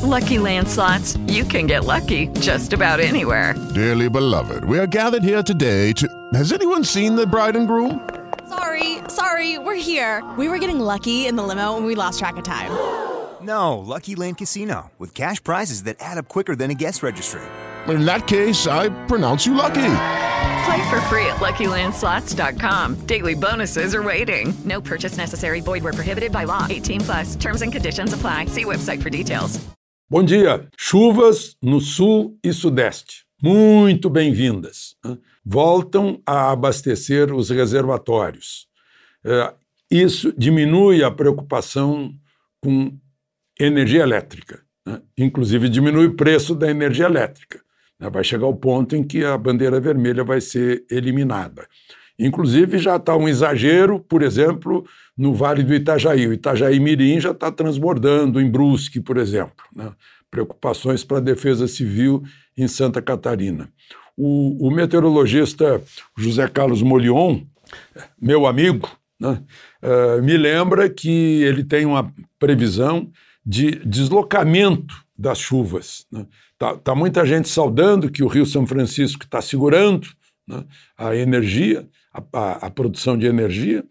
Lucky Land Slots, you can get lucky just about anywhere. Dearly beloved, we are gathered here today to... Has anyone seen the bride and groom? Sorry, we're here. We were getting lucky in the limo and we lost track of time. No, Lucky Land Casino, with cash prizes that add up quicker than a guest registry. In that case, I pronounce you lucky. Play for free at LuckyLandSlots.com. Daily bonuses are waiting. No purchase necessary. Void where prohibited by law. 18+. Terms and conditions apply. See website for details. Bom dia. Chuvas no sul e sudeste. Muito bem-vindas. Voltam a abastecer os reservatórios. Isso diminui a preocupação com energia elétrica. Inclusive diminui o preço da energia elétrica. Vai chegar o ponto em que a bandeira vermelha vai ser eliminada. Inclusive já está um exagero, por exemplo, no Vale do Itajaí. O Itajaí-Mirim já está transbordando em Brusque, por exemplo. Preocupações para a Defesa Civil em Santa Catarina. O meteorologista José Carlos Molion, meu amigo, me lembra que ele tem uma previsão de deslocamento das chuvas. Tá muita gente saudando que o Rio São Francisco está segurando a energia, a produção de energia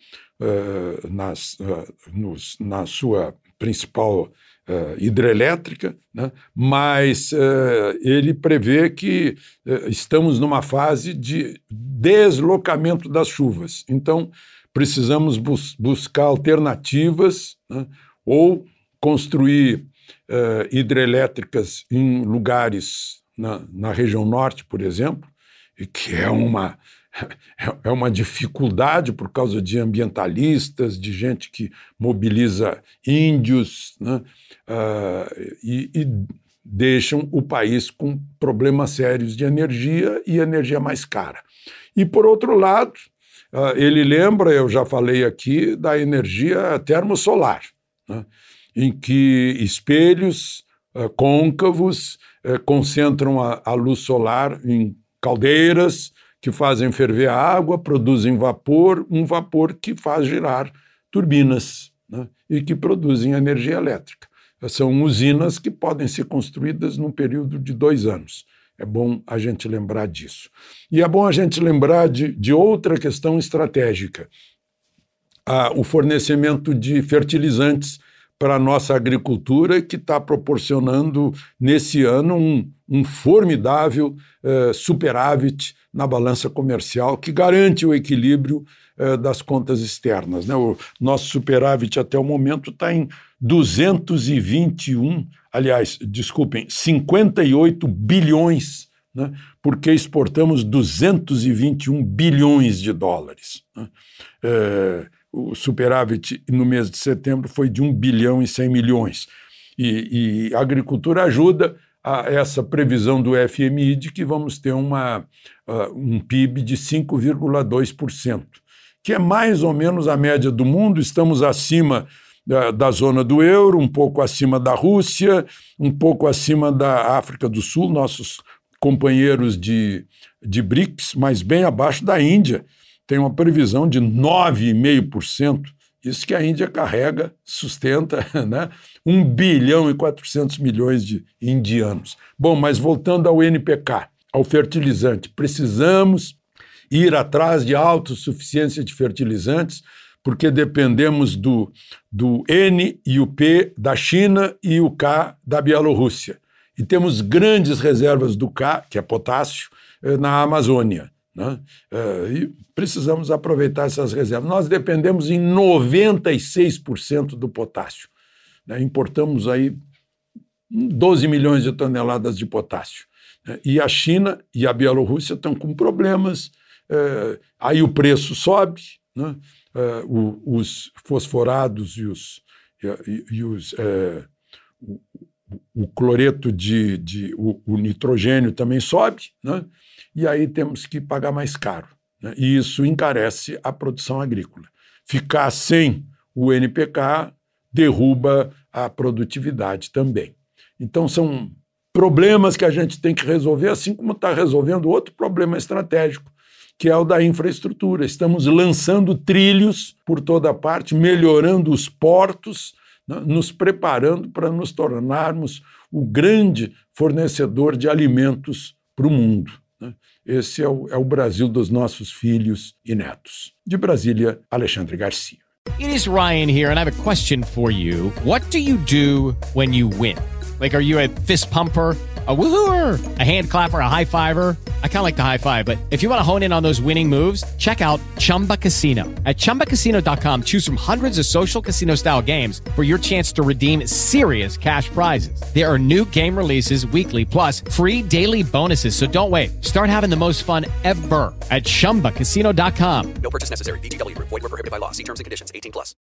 na sua principal hidrelétrica, mas ele prevê que estamos numa fase de deslocamento das chuvas. Então, precisamos buscar alternativas, ou construir hidrelétricas em lugares na região norte, por exemplo, e que é uma dificuldade por causa de ambientalistas, de gente que mobiliza índios, e deixam o país com problemas sérios de energia e energia mais cara. E, por outro lado, ele lembra, eu já falei aqui, da energia termosolar, em que espelhos côncavos concentram a luz solar em caldeiras que fazem ferver a água, produzem vapor, um vapor que faz girar turbinas, e que produzem energia elétrica. São usinas que podem ser construídas num período de 2 anos. É bom a gente lembrar disso. E é bom a gente lembrar de outra questão estratégica. O fornecimento de fertilizantes para a nossa agricultura, que está proporcionando, nesse ano, um formidável superávit na balança comercial, que garante o equilíbrio das contas externas. O nosso superávit até o momento está em 58 bilhões, porque exportamos 221 bilhões de dólares. O superávit no mês de setembro foi de 1 bilhão e 100 milhões. E a agricultura ajuda a essa previsão do FMI de que vamos ter um PIB de 5,2%, que é mais ou menos a média do mundo. Estamos acima da zona do euro, um pouco acima da Rússia, um pouco acima da África do Sul, nossos companheiros de BRICS, mas bem abaixo da Índia. Tem uma previsão de 9,5%. Isso que a Índia carrega, sustenta, 1 bilhão e 400 milhões de indianos. Bom, mas voltando ao NPK, ao fertilizante, precisamos ir atrás de autossuficiência de fertilizantes, porque dependemos do N e o P da China e o K da Bielorrússia. E temos grandes reservas do K, que é potássio, na Amazônia. E precisamos aproveitar essas reservas. Nós dependemos em 96% do potássio. Importamos aí 12 milhões de toneladas de potássio. E a China e a Bielorrússia estão com problemas, aí o preço sobe, os fosforados o cloreto o nitrogênio também sobe, e aí temos que pagar mais caro, e isso encarece a produção agrícola. Ficar sem o NPK derruba a produtividade também. Então são problemas que a gente tem que resolver, assim como está resolvendo outro problema estratégico, que é o da infraestrutura. Estamos lançando trilhos por toda parte, melhorando os portos, né, nos preparando para nos tornarmos o grande fornecedor de alimentos para o mundo. Né? Esse é o Brasil dos nossos filhos e netos. De Brasília, Alexandre Garcia. It is Ryan here, and I have a question for you. What do you do when you win? Like, are you a fist pumper, a woohooer, a hand clapper, a high fiver? I kind of like the high five, but if you want to hone in on those winning moves, check out Chumba Casino. At ChumbaCasino.com, choose from hundreds of social casino style games for your chance to redeem serious cash prizes. There are new game releases weekly, plus free daily bonuses. So don't wait. Start having the most fun ever at ChumbaCasino.com. No purchase necessary. VGW Group. Void where prohibited by law. See terms and conditions. 18+.